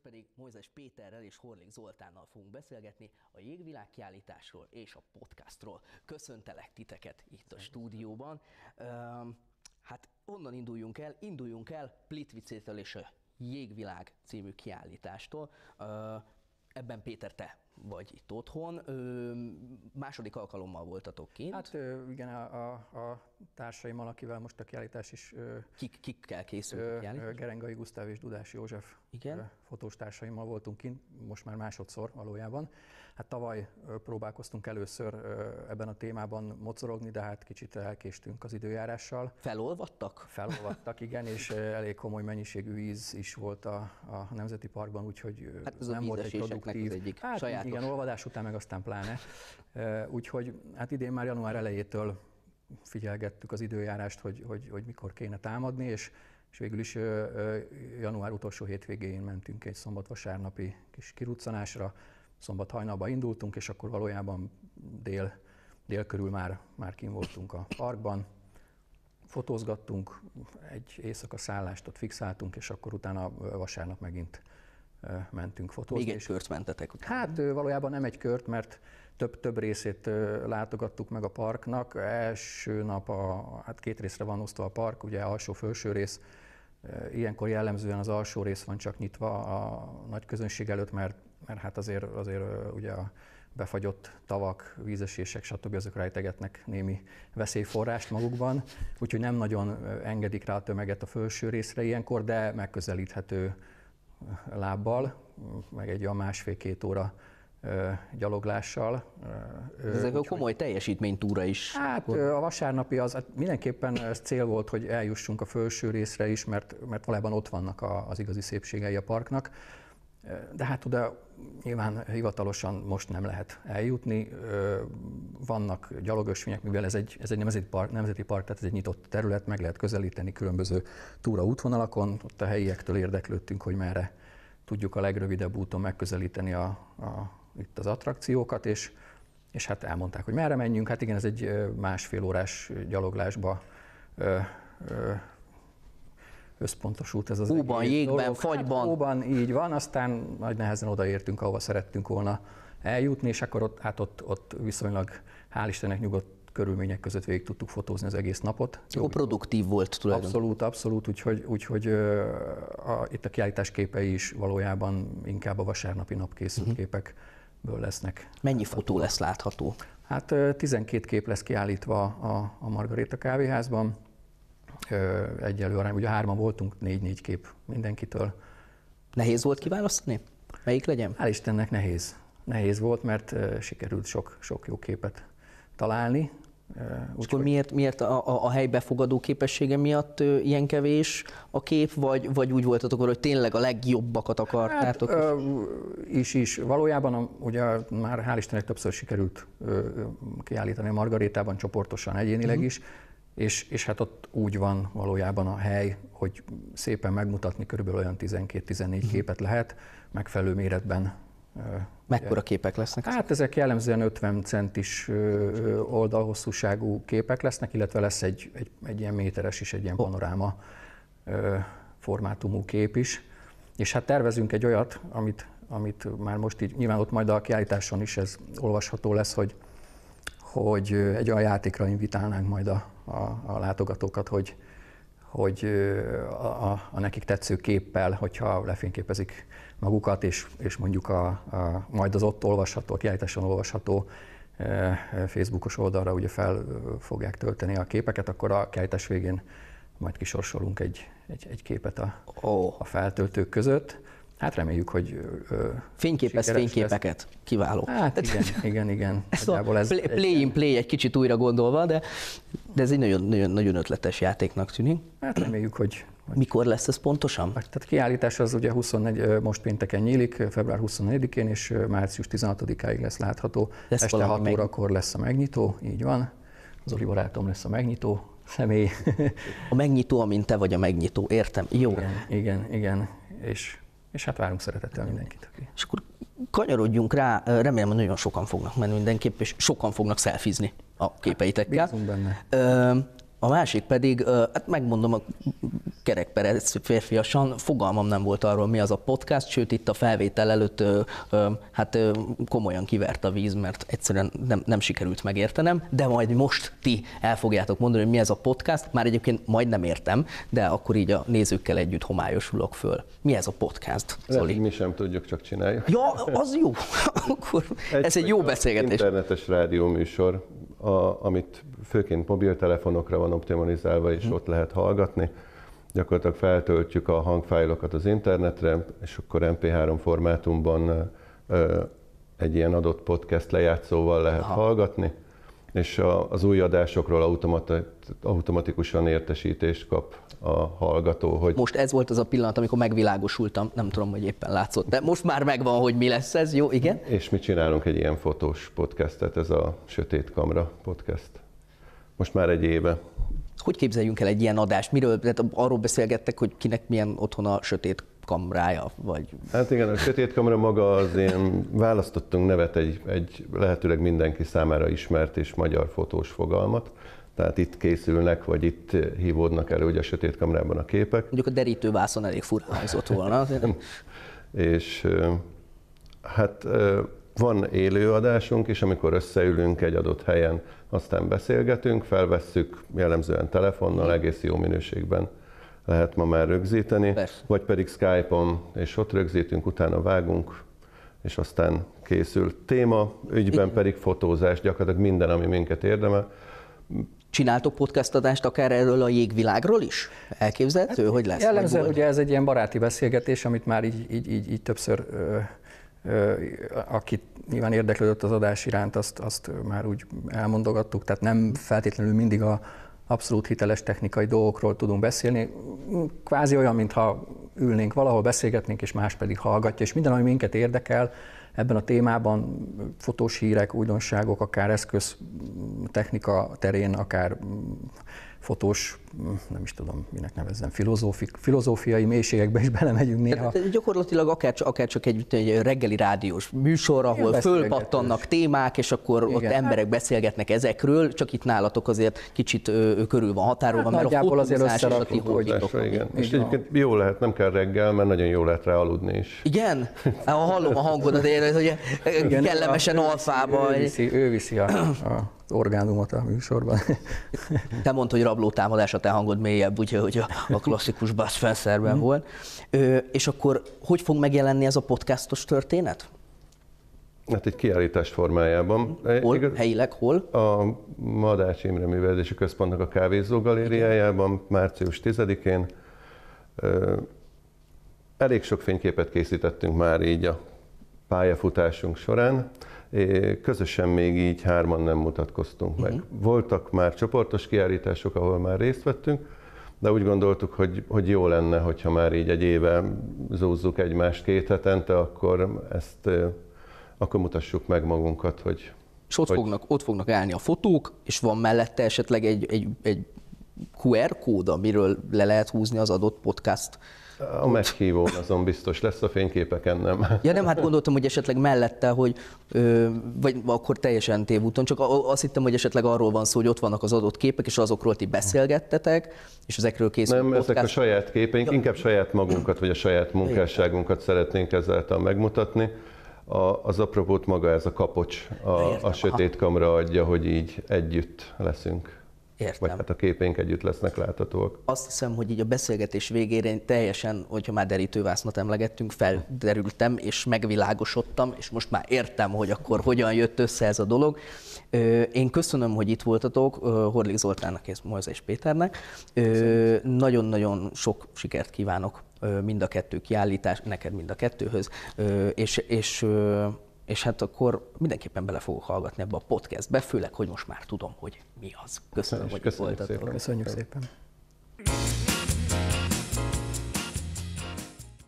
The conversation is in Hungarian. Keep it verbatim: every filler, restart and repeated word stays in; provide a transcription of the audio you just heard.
pedig Mojzes Péterrel és Horlik Zoltánnal fogunk beszélgetni a Jégvilág kiállításról és a podcastról. Köszöntelek titeket itt a stúdióban. Hát onnan induljunk el, induljunk el Plitvicétől és a Jégvilág című kiállítástól. Ebben Péter, te vagy itt otthon. Ö, második alkalommal voltatok kint. Hát igen, a, a, a társaimmal, akivel most a kiállítás is... Kik, kikkel készült a kiállítás? Gerengai Gusztáv és Dudás József igen? fotós társaimmal voltunk kint, most már másodszor valójában. Hát tavaly próbálkoztunk először ebben a témában mocorogni, de hát kicsit elkéstünk az időjárással. Felolvadtak? Felolvadtak, igen, és elég komoly mennyiségű víz is volt a, a Nemzeti Parkban, úgyhogy hát nem volt egy produktív... Az egyik hát sajátos. Igen, olvadás után meg aztán pláne. Úgyhogy hát idén már január elejétől figyelgettük az időjárást, hogy, hogy, hogy mikor kéne támadni, és, és végül is január utolsó hétvégén mentünk egy szombat-vasárnapi kis kiruccanásra. Szombat hajnalban indultunk, és akkor valójában dél, dél körül már, már kint voltunk a parkban. Fotózgattunk, egy éjszaka szállást ott fixáltunk, és akkor utána vasárnap megint mentünk fotózni. Még egy kört mentetek utána. Hát valójában nem egy kört, mert több, több részét látogattuk meg a parknak. Első nap a, hát két részre van osztva a park, ugye alsó-felső rész. Ilyenkor jellemzően az alsó rész van csak nyitva a nagy közönség előtt, mert, mert hát azért, azért ugye a befagyott tavak, vízesések, stb. Azok rejtegetnek némi veszélyforrást magukban, úgyhogy nem nagyon engedik rá a tömeget a felső részre ilyenkor, de megközelíthető lábbal, meg egy olyan másfél-két óra ö, gyaloglással. Ez egy komoly teljesítménytúra is. Hát a vasárnapi az hát mindenképpen ez cél volt, hogy eljussunk a felső részre is, mert, mert valójában ott vannak a, az igazi szépségei a parknak. De hát oda nyilván hivatalosan most nem lehet eljutni. Vannak gyalogösvények, mivel ez egy, ez egy nemzeti park, nemzeti park, tehát ez egy nyitott terület, meg lehet közelíteni különböző túra útvonalakon. Ott a helyiektől érdeklődtünk, hogy merre tudjuk a legrövidebb úton megközelíteni a, a, itt az attrakciókat, és, és hát elmondták, hogy merre menjünk. Hát igen, ez egy másfél órás gyaloglásba ö, ö, összpontosult ez az Hóban, egész jégben, dolog. fagyban. Hát, hóban, így van, aztán nagy nehezen odaértünk, ahova szerettünk volna eljutni, és akkor ott, hát ott, ott viszonylag, hál' Istennek nyugodt körülmények között végig tudtuk fotózni az egész napot. Jó, produktív volt tulajdonképpen. Abszolút, abszolút, úgyhogy, úgyhogy a, itt a kiállítás képei is valójában inkább a vasárnapi nap készült uh-huh. képekből lesznek. Mennyi fotó lesz látható? Hát tizenkét kép lesz kiállítva a, a Margaréta kávéházban. Egyelő arány, ugye hárman voltunk, négy-négy kép mindenkitől. Nehéz volt kiválasztani? Melyik legyen? Hál' Istennek nehéz. Nehéz volt, mert sikerült sok, sok jó képet találni. És akkor miért, miért a, a, a hely befogadó képessége miatt ö, ilyen kevés a kép, vagy, vagy úgy voltatok, hogy tényleg a legjobbakat akartátok? Hát, ö, is, is. Valójában a, ugye már hál' Istennek többször sikerült ö, kiállítani a Margarétában csoportosan, egyénileg uh-huh. is. És, és hát ott úgy van valójában a hely, hogy szépen megmutatni, körülbelül olyan tizenkét-tizennégy uh-huh. képet lehet, megfelelő méretben. Mekkora ugye, képek lesznek? Hát ezek jellemzően ötven centis oldalhosszúságú képek lesznek, illetve lesz egy, egy, egy ilyen méteres is, egy ilyen panoráma formátumú kép is. És hát tervezünk egy olyat, amit, amit már most így, nyilván ott majd a kiállításon is ez olvasható lesz, hogy hogy egy olyan játékra invitálnánk majd a, a, a látogatókat, hogy, hogy a, a, a nekik tetsző képpel, hogyha lefényképezik magukat, és, és mondjuk a, a, majd az ott olvasható, a kiállításon olvasható e, Facebookos oldalra ugye fel fogják tölteni a képeket, akkor a kiállítás végén majd kisorsolunk egy, egy, egy képet a, oh. a feltöltők között. Hát reméljük, hogy fényképez fényképeket. Lesz. Kiváló. Hát igen, igen, igen. Ez ez play in play egy kicsit újra gondolva, de, de ez egy nagyon, nagyon, nagyon ötletes játéknak tűnik. Hát reméljük, hogy... Mikor lesz ez pontosan? Tehát a kiállítás az ugye huszonegy, most pénteken nyílik, február huszonnegyedikén, és március tizenhatodikáig lesz látható. Lesz este hat meg... órakor lesz a megnyitó, így van. Zoli barátom lesz a megnyitó személy. A megnyitó, amint te vagy a megnyitó, értem. Jó. Igen, igen, igen. És... És hát várunk szeretettel mindenkit. És akkor kanyarodjunk rá, remélem, hogy nagyon sokan fognak menni mindenképp, és sokan fognak szelfizni a képeitekkel. Hát, bízunk benne. A másik pedig, hát megmondom, kerekperec férfiasan fogalmam nem volt arról, mi az a podcast, sőt itt a felvétel előtt ö, ö, hát ö, komolyan kivert a víz, mert egyszerűen nem, nem sikerült megértenem, de majd most ti el fogjátok mondani, hogy mi ez a podcast, már egyébként majd nem értem, de akkor így a nézőkkel együtt homályosulok föl. Mi ez a podcast, Zoli? Lehet, mi sem tudjuk, csak csináljuk. Ja, az jó. Akkor egy, ez egy jó beszélgetés. Internetes rádióműsor, a, amit főként mobiltelefonokra van optimalizálva, és hmm. ott lehet hallgatni. Gyakorlatilag feltöltjük a hangfájlokat az internetre, és akkor em pé három formátumban ö, egy ilyen adott podcast lejátszóval lehet Aha. hallgatni, és a, az új adásokról automata, automatikusan értesítést kap a hallgató. Hogy most ez volt az a pillanat, amikor megvilágosultam, nem tudom, hogy éppen látszott, de most már megvan, hogy mi lesz ez, jó, igen? És mi csinálunk egy ilyen fotós podcastet, ez a Sötét Kamra podcast. Most már egy éve. Hogy képzeljünk el egy ilyen adást? Miről, arról beszélgettek, hogy kinek milyen otthon a sötét kamrája? Vagy... Hát igen, a Sötét Kamra maga az ilyen, választottunk nevet egy, egy lehetőleg mindenki számára ismert és magyar fotós fogalmat. Tehát itt készülnek, vagy itt hívódnak elő ugye a Sötét Kamrában a képek. Mondjuk a derítővászon elég furán hangzott volna. És hát van élő adásunk is, amikor összeülünk egy adott helyen, aztán beszélgetünk, felvesszük jellemzően telefonnal, egész jó minőségben lehet ma már rögzíteni, Persze. vagy pedig Skype-on, és ott rögzítünk, utána vágunk, és aztán készül téma, ügyben pedig fotózás, gyakorlatilag minden, ami minket érdemel. Csináltok podcast adást akár erről a jégvilágról is? Elképzelhető, hát, hogy lesz? Jellemzően ugye ez egy ilyen baráti beszélgetés, amit már így, így, így, így többször, ö, ö, akit nyilván érdeklődött az adás iránt, azt, azt már úgy elmondogattuk, tehát nem feltétlenül mindig a abszolút hiteles technikai dolgokról tudunk beszélni. Kvázi olyan, mintha ülnénk valahol, beszélgetnénk, és más pedig hallgatja, és minden, ami minket érdekel, ebben a témában fotós hírek, újdonságok, akár eszköz, technika terén, akár fotós, nem is tudom, minek nevezzem, filozófi, filozófiai mélységekbe is belemegyünk néha. Tehát gyakorlatilag akár, akár csak egy, egy reggeli rádiós műsor, ahol fölpattannak témák, és akkor Igen. ott emberek beszélgetnek ezekről, csak itt nálatok azért kicsit ö, körül van határolva, hát, mert a fotózás és a ti hobbitok. Igen. És egyébként jó lehet, nem kell reggel, mert nagyon jó lehet rá aludni is. Igen? Hallom a hangodat, hogy Igen, kellemesen alfába. Ő viszi, ő viszi a, a orgánumot a műsorban. Te mondtad, hogy rablótámadás, a te hangod mélyebb, úgyhogy a klasszikus bass felszerben volt. Ö, és akkor hogy fog megjelenni ez a podcastos történet? Hát egy kiállítás formájában. Hol? Igaz, helyileg hol? A Madács Imre Művelődési Központnak a Kávézó galériájában, március tizedikén. Elég sok fényképet készítettünk már így a pályafutásunk során. Közösen még így hárman nem mutatkoztunk meg. Uh-huh. Voltak már csoportos kiállítások, ahol már részt vettünk, de úgy gondoltuk, hogy, hogy jó lenne, hogyha már így egy éve zúzzuk egymást két hetente, akkor ezt akkor mutassuk meg magunkat, hogy... És ott, hogy... Fognak, ott fognak állni a fotók, és van mellette esetleg egy, egy, egy kú er kód, amiről le lehet húzni az adott podcast. A meghívón azon biztos lesz, a fényképeken nem. Ja nem, hát gondoltam, hogy esetleg mellette, hogy ö, vagy akkor teljesen tévúton, csak azt hittem, hogy esetleg arról van szó, hogy ott vannak az adott képek, és azokról ti beszélgettetek, és ezekről készül Nem, podcast. ezek a saját képeink, ja. Inkább saját magunkat, vagy a saját munkásságunkat szeretnénk ezáltal megmutatni. A, az apropót maga ez a kapocs, a, a Sötét Kamra adja, hogy így együtt leszünk. Értem. Vagy hát a képénk együtt lesznek láthatóak. Azt hiszem, hogy így a beszélgetés végére én teljesen, hogyha már derítővásznat emlegettünk, felderültem és megvilágosodtam, és most már értem, hogy akkor hogyan jött össze ez a dolog. Én köszönöm, hogy itt voltatok, Horlik Zoltánnak és Mojzes Péternek. Nagyon-nagyon sok sikert kívánok mind a kettő kiállítás, neked mind a kettőhöz, és, és És hát akkor mindenképpen bele fogok hallgatni ebbe a podcastbe, főleg, hogy most már tudom, hogy mi az. Köszönöm, hogy itt voltatok. Köszönjük szépen.